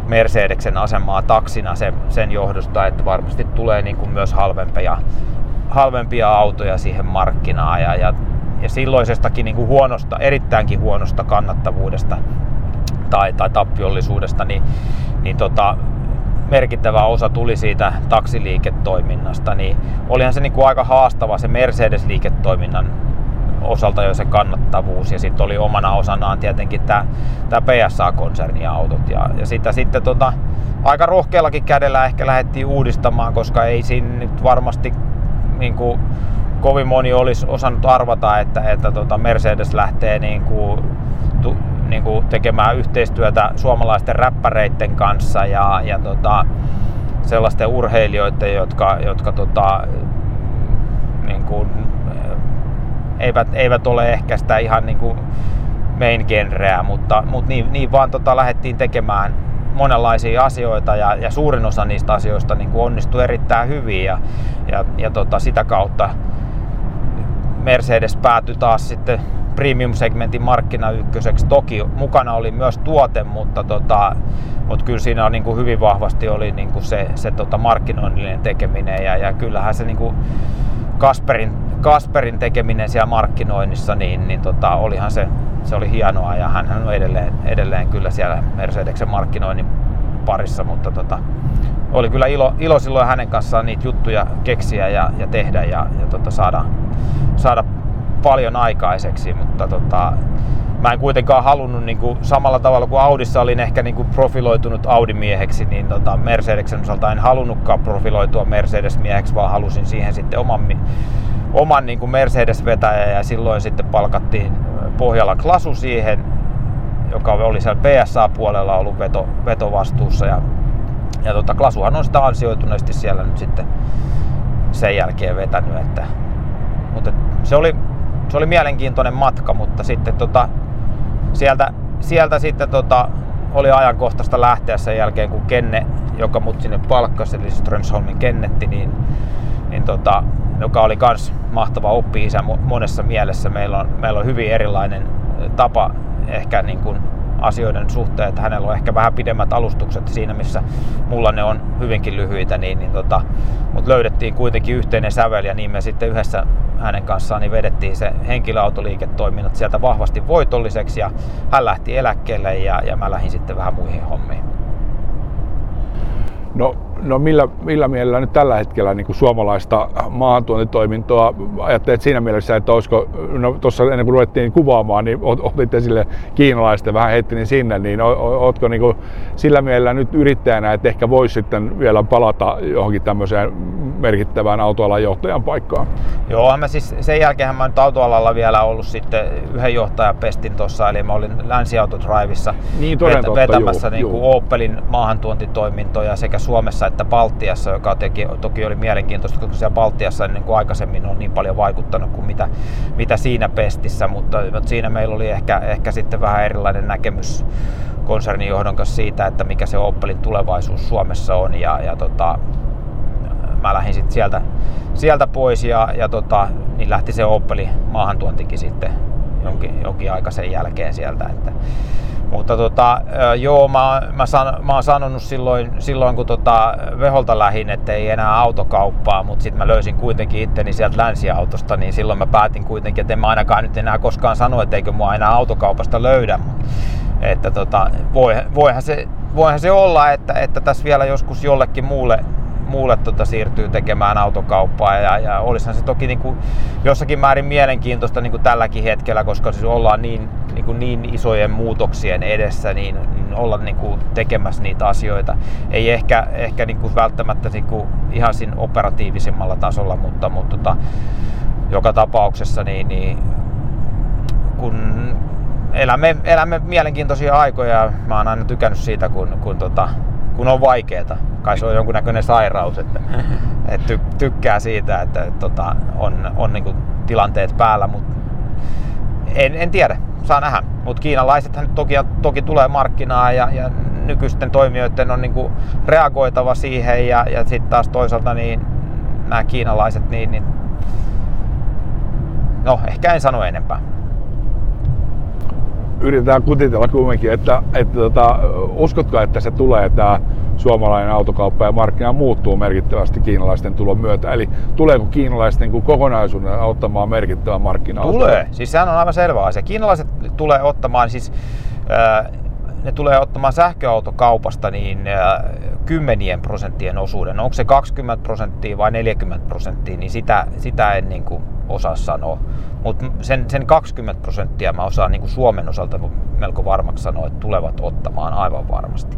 Mercedesen asemaa taksina sen johdosta, että varmasti tulee niin kuin myös halvempia autoja siihen markkinaan ja silloisestakin niin kuin erittäinkin huonosta kannattavuudesta tai tappiollisuudesta, niin merkittävä osa tuli siitä taksiliiketoiminnasta, niin olihan se niin kuin aika haastava se Mercedes-liiketoiminnan osalta jo se kannattavuus, ja sitten oli omana osanaan tietenkin tämä PSA-konserniautot, ja sitä sitten aika rohkeallakin kädellä ehkä lähdettiin uudistamaan, koska ei siinä nyt varmasti niin kuin kovin moni olisi osannut arvata, että Mercedes lähtee niin kuin tekemään yhteistyötä suomalaisten räppäreiden kanssa ja sellaisten urheilijoiden, jotka niin kuin eivät ole ehkä sitä ihan niin kuin main genreä, mutta niin vaan lähdettiin tekemään monenlaisia asioita ja suurin osa niistä asioista niin kuin onnistui erittäin hyvin ja sitä kautta Mercedes päätyi taas sitten premium-segmentin markkinaykköseksi. Toki mukana oli myös tuote, mutta kyllä siinä on niin kuin hyvin vahvasti oli niin kuin se markkinoinnillinen tekeminen ja kyllähän se niin kuin Kasperin tekeminen siellä markkinoinnissa, niin olihan se oli hienoa ja hän on edelleen kyllä siellä Mercedesen markkinoinnin parissa, mutta oli kyllä ilo silloin hänen kanssaan niitä juttuja keksiä ja tehdä ja saada paljon aikaiseksi, mutta mä en kuitenkaan halunnut niin kuin, samalla tavalla kuin Audissa olin ehkä niin kuin profiloitunut Audi-mieheksi, niin Mercedesen osalta en halunnutkaan profiloitua Mercedes-mieheksi, vaan halusin siihen sitten oman niin kuin Mercedes-vetäjä ja silloin sitten palkattiin Pohjolan Klasu siihen, joka oli siellä PSA-puolella ollut vetovastuussa ja Klasuhan on sitä ansioituneesti siellä nyt sitten sen jälkeen vetänyt, mutta se oli mielenkiintoinen matka, mutta sitten sieltä sitten oli ajankohtaista lähteä sen jälkeen, kun Kenne, joka mut sinne palkkasi, eli Strömsholmin Kennetti, niin joka oli kans mahtava oppi-isä monessa mielessä. Meillä on hyvin erilainen tapa ehkä niin kuin asioiden suhteen, että hänellä on ehkä vähän pidemmät alustukset siinä, missä mulla ne on hyvinkin lyhyitä, mutta löydettiin kuitenkin yhteinen sävel ja niin me sitten yhdessä hänen kanssaan niin vedettiin se henkilöautoliiketoiminnat sieltä vahvasti voitolliseksi ja hän lähti eläkkeelle ja mä lähdin sitten vähän muihin hommiin. No millä mielellä nyt tällä hetkellä niin kuin suomalaista maahantuontitoimintoa ajattelet siinä mielessä, että olisiko, tuossa ennen kuin ruvettiin kuvaamaan, niin otit esille kiinalaisten, vähän heittelin sinne, niin ootko niin kuin sillä mielellä nyt yrittäjänä, että ehkä voisi sitten vielä palata johonkin tämmöiseen merkittävään autoalan johtajan paikkaan? Joo, mä siis sen jälkeen mä nyt autoalalla vielä ollut sitten yhden johtajapestin tuossa, eli mä olin Länsiautodrivessa vetämässä niin kuin Opelin maahantuontitoimintoja sekä Suomessa että Baltiassa, joka toki oli mielenkiintoista, koska siellä Baltiassa niin kuin aikaisemmin on niin paljon vaikuttanut kuin mitä siinä pestissä, mutta siinä meillä oli ehkä sitten vähän erilainen näkemys konsernin johdon kanssa siitä, että mikä se Opelin tulevaisuus Suomessa on ja mä lähdin sitten sieltä pois ja niin lähti se Opelin maahantuontikin sitten jonkin aika sen jälkeen sieltä. Mutta joo, mä oon sanonut silloin kun Veholta lähdin, että ei enää autokauppaa, mutta sitten mä löysin kuitenkin itteni sieltä Länsiautosta, niin silloin mä päätin kuitenkin, että en mä ainakaan nyt enää koskaan sano, että eikö mua enää autokaupasta löydä. Että voihan se olla, että tässä vielä joskus jollekin muulle siirtyy tekemään autokauppaa ja olisihan se toki niin kuin jossakin määrin mielenkiintoista niin kuin tälläkin hetkellä, koska siis ollaan niin isojen muutoksien edessä, niin olla niin kuin tekemässä niitä asioita. Ei ehkä niin kuin välttämättä niin kuin ihan siinä operatiivisimmalla tasolla, mutta joka tapauksessa niin kun elämme mielenkiintoisia aikoja. Mä oon aina tykännyt siitä, kun on vaikeeta. Kai se on jonkunnäköinen sairaus, että tykkää siitä, että on niin kuin tilanteet päällä, mutta en tiedä, saa nähdä. Mutta kiinalaisethan toki tulee markkinaan ja nykyisten toimijoiden on niin kuin reagoitava siihen ja sitten taas toisaalta niin nämä kiinalaiset, niin no ehkä en sano enempää. yritetään kutitella kumminkin, että uskotko, että se tulee tämä suomalainen autokauppa ja markkina muuttuu merkittävästi kiinalaisten tulon myötä? Eli tuleeko kiinalaisten kokonaisuuden ottamaan merkittävän markkina-osuuden? Tulee. Siis sehän on aivan selvä asia. Kiinalaiset tulee ottamaan ne tulee ottamaan sähköautokaupasta niin 10% osuuden. Onko se 20% vai 40%, niin sitä en niin kuin osaa sanoa. Mutta sen 20% mä osaan niin kuin Suomen osalta melko varmaksi sanoa, että tulevat ottamaan aivan varmasti.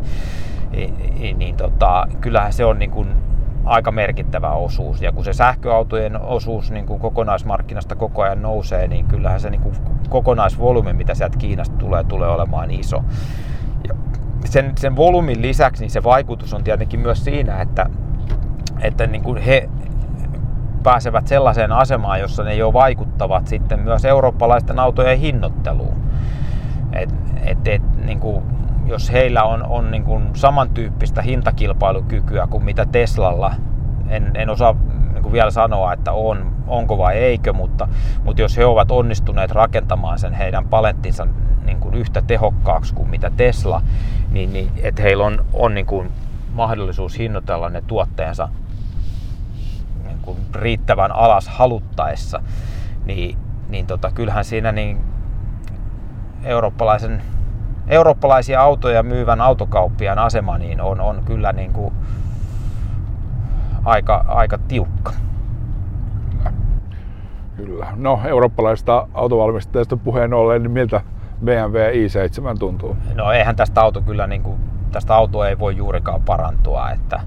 Kyllähän se on niin kuin aika merkittävä osuus. Ja kun se sähköautojen osuus niin kuin kokonaismarkkinasta koko ajan nousee, niin kyllähän se niin kuin kokonaisvolyymi, mitä sieltä Kiinasta tulee olemaan iso. Ja sen volyymin lisäksi niin se vaikutus on tietenkin myös siinä, että niin kuin he pääsevät sellaiseen asemaan, jossa ne jo vaikuttavat sitten myös eurooppalaisten autojen hinnoitteluun. Niin kuin, jos heillä on niin kuin samantyyppistä hintakilpailukykyä kuin mitä Teslalla, en osaa niin kuin vielä sanoa, että onko vai eikö, mutta jos he ovat onnistuneet rakentamaan sen heidän palettinsa niin kuin yhtä tehokkaaksi kuin mitä Tesla, niin että heillä on niin kuin mahdollisuus hinnoitella ne tuotteensa niin kuin riittävän alas haluttaessa, niin kyllähän siinä niin eurooppalaisia autoja myyvän autokauppiaan asema niin on kyllä niin kuin aika tiukka. Kyllä. No, eurooppalaisista autovalmistajista puheen ollen, niin miltä BMW i7 tuntuu? No eihän tästä autoa ei voi juurikaan parantua, että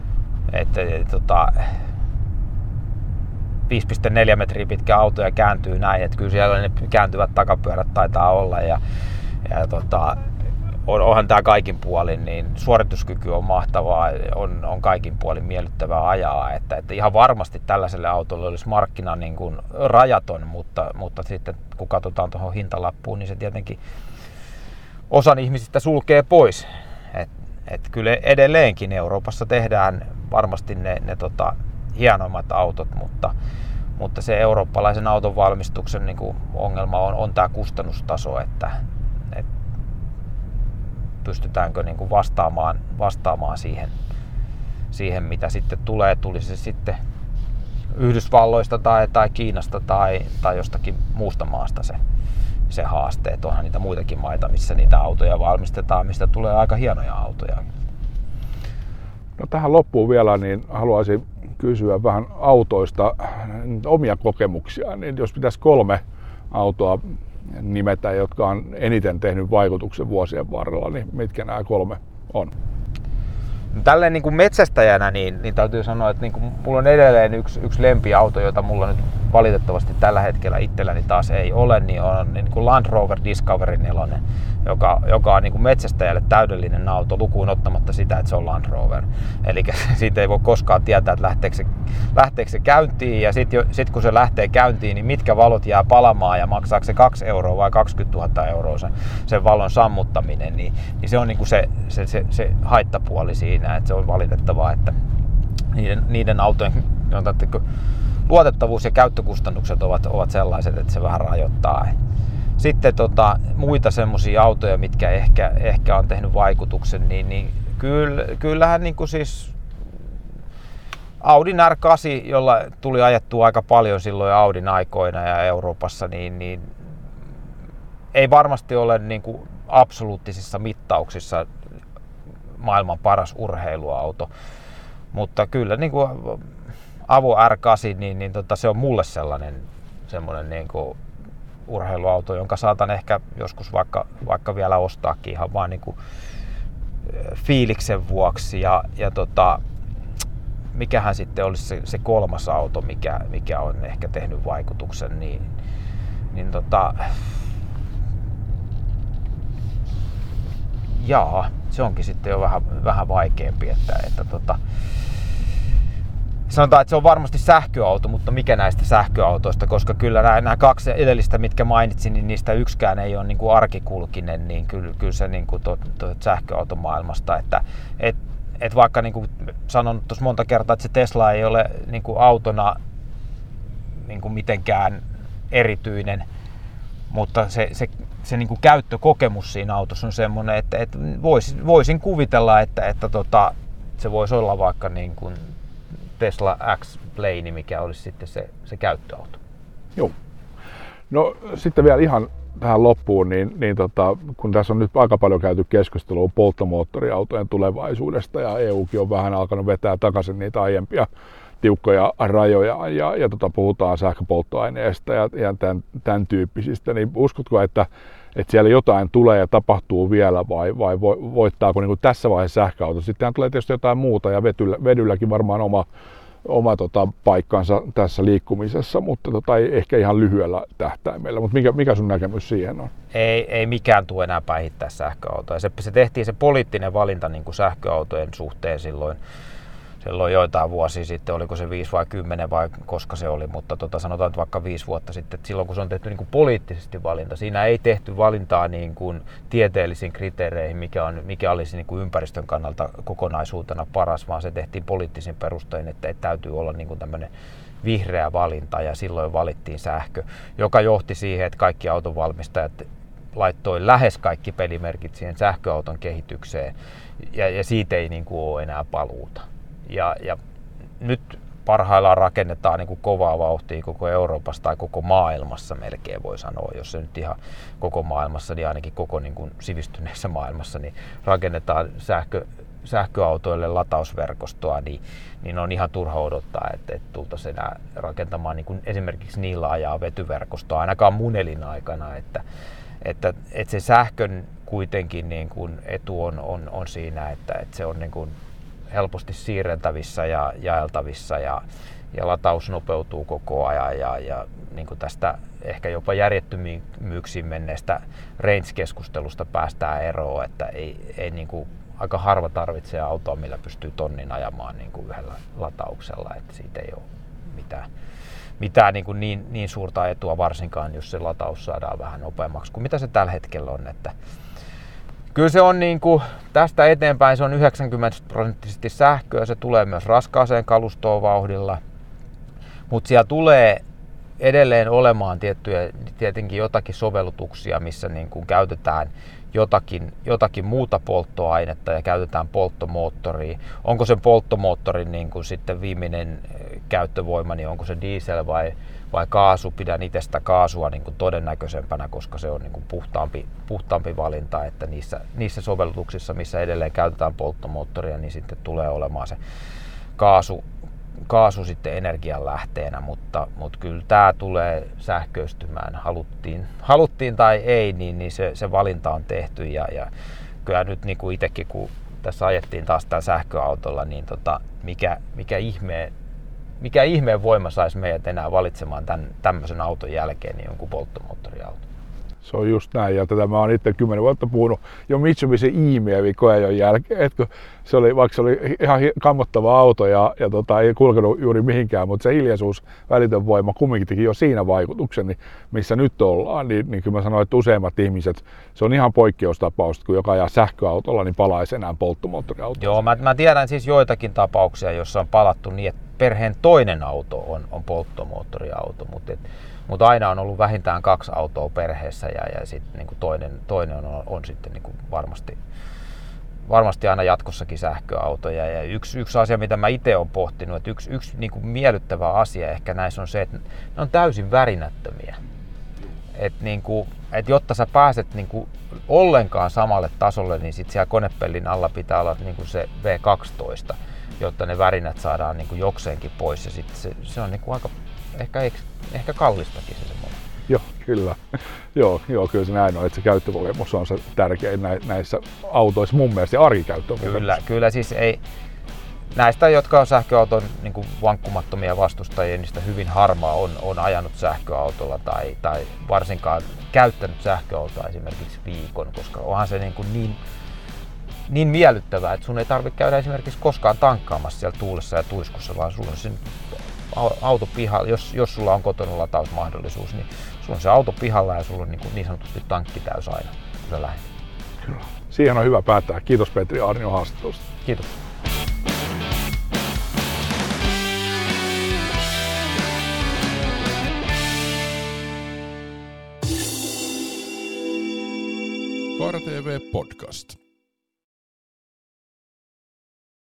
5,4 metriä pitkä auto ja kääntyy näin, että kyllä siellä ne kääntyvät takapyörät taitaa olla ja onhan tämä kaikin puolin, niin suorituskyky on mahtavaa, on kaikin puolin miellyttävää ajaa, että ihan varmasti tällaiselle autolle olisi markkina niin kuin rajaton, mutta sitten kun katsotaan tuohon hintalappuun, niin se tietenkin osan ihmisistä sulkee pois. Et kyllä edelleenkin Euroopassa tehdään varmasti ne hienoimmat autot, mutta se eurooppalaisen auton valmistuksen niin kuin ongelma on tämä kustannustaso, että pystytäänkö niin kuin vastaamaan siihen, mitä sitten tulisi se sitten Yhdysvalloista tai Kiinasta tai jostakin muusta maasta se haaste. Että onhan niitä muitakin maita, missä niitä autoja valmistetaan, mistä tulee aika hienoja autoja. No tähän loppuun vielä, niin haluaisin kysyä vähän autoista, omia kokemuksia. Niin jos pitäisi 3 autoa nimetä, jotka on eniten tehnyt vaikutuksen vuosien varrella, niin mitkä nämä 3 on? Tälleen niin kuin metsästäjänä niin täytyy sanoa, että niin kuin mulla on edelleen yksi lempiauto, jota mulla nyt valitettavasti tällä hetkellä itselläni taas ei ole, niin on niin kuin Land Rover Discovery 4, joka on niin kuin metsästäjälle täydellinen auto lukuun ottamatta sitä, että se on Land Rover. Eli siitä ei voi koskaan tietää, että lähteekö se käyntiin ja sit kun se lähtee käyntiin, niin mitkä valot jää palamaan ja maksaako se 2 euroa vai 20 000 euroa sen valon sammuttaminen, niin se on niin kuin se haittapuoli siinä, että se on valitettavaa, että niiden autojen luotettavuus ja käyttökustannukset ovat sellaiset, että se vähän rajoittaa. Sitten muita semmoisia autoja, mitkä ehkä on tehnyt vaikutuksen, niin kyllähän niin kuin siis Audin R8, jolla tuli ajettua aika paljon silloin Audin aikoina ja Euroopassa, niin ei varmasti ole niin kuin absoluuttisissa mittauksissa maailman paras urheiluauto, mutta kyllä niin kuin Avo R8, niin se on mulle semmoinen niin kuin urheiluauto, jonka saatan ehkä joskus vaikka vielä ostaakin ihan vaan niin kuin fiiliksen vuoksi ja mikähän sitten olisi se 3. auto, mikä on ehkä tehnyt vaikutuksen, niin se onkin sitten jo vähän vaikeampi, että sanotaan, että se on varmasti sähköauto, mutta mikä näistä sähköautoista, koska kyllä nämä 2 edellistä, mitkä mainitsin, niin niistä yksikään ei ole niin kuin arkikulkinen, niin kyllä se niin kuin sähköautomaailmasta, että vaikka niin kuin sanon tuossa monta kertaa, että se Tesla ei ole niin kuin autona niin kuin mitenkään erityinen, mutta se se niin kuin käyttökokemus siinä autossa on semmoinen, että voisin kuvitella, että se voisi olla vaikka niin kuin Tesla X-Plane, mikä olisi sitten se käyttöauto. Joo. No sitten vielä ihan tähän loppuun, niin kun tässä on nyt aika paljon käyty keskustelua polttomoottoriautojen tulevaisuudesta ja EUkin on vähän alkanut vetää takaisin niitä aiempia tiukkoja rajoja ja puhutaan sähköpolttoaineesta ja tämän tyyppisistä, niin uskotko, että siellä jotain tulee ja tapahtuu vielä vai voittaako niin kuin tässä vaiheessa sähköauto? Sittenhän tulee tietysti jotain muuta ja vedylläkin varmaan oma paikkansa tässä liikkumisessa, mutta ei ehkä ihan lyhyellä tähtäimellä. Mutta mikä sun näkemys siihen on? Ei mikään tule enää päihittää sähköautoja. Se tehtiin se poliittinen valinta niin kuin sähköautojen suhteen silloin joitain vuosia sitten, oliko se 5 vai 10 vai koska se oli, mutta sanotaan nyt vaikka 5 vuotta sitten, että silloin kun se on tehty niin kuin poliittisesti valinta, siinä ei tehty valintaa niin kuin tieteellisiin kriteereihin, mikä olisi niin kuin ympäristön kannalta kokonaisuutena paras, vaan se tehtiin poliittisin perustein, että täytyy olla niin kuin tämmöinen vihreä valinta ja silloin valittiin sähkö, joka johti siihen, että kaikki autonvalmistajat laittoi lähes kaikki pelimerkit siihen sähköauton kehitykseen ja siitä ei niin kuin ole enää paluuta. Ja nyt parhaillaan rakennetaan niin kuin kovaa vauhtia koko Euroopassa tai koko maailmassa melkein voi sanoa, jos se nyt ihan koko maailmassa, niin ainakin koko niin kuin sivistyneessä maailmassa, niin rakennetaan sähköautoille latausverkostoa, niin on ihan turha odottaa, että tultaisiin enää rakentamaan niin kuin esimerkiksi niillä ajaa vetyverkostoa, ainakaan mun elinaikana, että se sähkön kuitenkin niin kuin etu on siinä, että se on niin kuin helposti siirreltävissä ja jaeltavissa ja lataus nopeutuu koko ajan ja niin kuin tästä ehkä jopa järjettömyyksiin menneestä range-keskustelusta päästään eroon, että ei niin kuin, aika harva tarvitsee autoa, millä pystyy tonnin ajamaan niin kuin yhdellä latauksella, että siitä ei ole mitään niin suurta etua varsinkaan, jos se lataus saadaan vähän nopeammaksi kuin mitä se tällä hetkellä on. Että kyllä se on niin kuin, tästä eteenpäin se on 90% sähköä, se tulee myös raskaaseen kalustoon vauhdilla, mutta siellä tulee edelleen olemaan tietenkin jotakin sovellutuksia, missä niin kuin käytetään jotakin muuta polttoainetta ja käytetään polttomoottoria. Onko se polttomoottorin niin kuin sitten viimeinen käyttövoima, niin onko se diesel vai kaasu? Pidän itse sitä kaasua niin kuin todennäköisempänä, koska se on niin kuin puhtaampi valinta, että niissä sovellutuksissa, missä edelleen käytetään polttomoottoria, niin sitten tulee olemaan se kaasu sitten energianlähteenä, mutta kyllä tämä tulee sähköistymään, haluttiin tai ei, niin se valinta on tehty ja kyllä nyt niin kuin itsekin, kun tässä ajettiin taas tällä sähköautolla, niin mikä ihmeen voima saisi meidät enää valitsemaan tämmöisen auton jälkeen niin jonkun polttomoottoriauton. Se on just näin, ja tätä mä oon itse 10 vuotta puhunut jo Mitsubishi e-Mevi koeajon jälkeen, että vaikka se oli ihan kammottava auto ja ei kulkenut juuri mihinkään, mutta se hiljaisuus, välitön voima kumminkin teki jo siinä vaikutuksen, niin missä nyt ollaan, niin kyllä mä sanoin, että useimmat ihmiset, se on ihan poikkeustapaus, kun joka ajaa sähköautolla, niin palaisi enää polttomoottoriautoon. Joo, mä tiedän siis joitakin tapauksia, joissa on palattu niin, että perheen toinen auto on polttomoottoriauto, mutta aina on ollut vähintään 2 autoa perheessä ja sitten niinku toinen on sitten niinku varmasti aina jatkossakin sähköautoja. Ja yksi asia, mitä mä itse olen pohtinut, että yksi niinku miellyttävä asia ehkä näissä on se, että ne on täysin värinättömiä. Et jotta sä pääset niinku ollenkaan samalle tasolle, niin sit siellä konepellin alla pitää olla niinku se V12, jotta ne värinät saadaan niinku jokseenkin pois. Ja sit se on niinku aika ehkä kallistakin se semmoinen. Joo, kyllä. Joo, kyllä se näin on, että se käyttökokemus on se tärkein näissä autoissa mun mielestä, ja arkikäyttökokemus. Kyllä siis ei, näistä, jotka on sähköauton niin kuin vankkumattomia vastustajia, niistä hyvin harmaa on ajanut sähköautolla tai varsinkaan käyttänyt sähköautoa esimerkiksi viikon, koska onhan se niin miellyttävää, että sun ei tarvitse käydä esimerkiksi koskaan tankkaamassa siellä tuulessa ja tuiskussa, vaan sulla on sen auto pihalla, jos sulla on kotona latausmahdollisuus, niin sulla on se auto pihalla ja sulla on niin sanotusti tankki täys aina, kun sä lähdet. Kyllä. Siihen on hyvä päättää. Kiitos Petri Aarnio haastattelusta. Kiitos. Koira TV Podcast.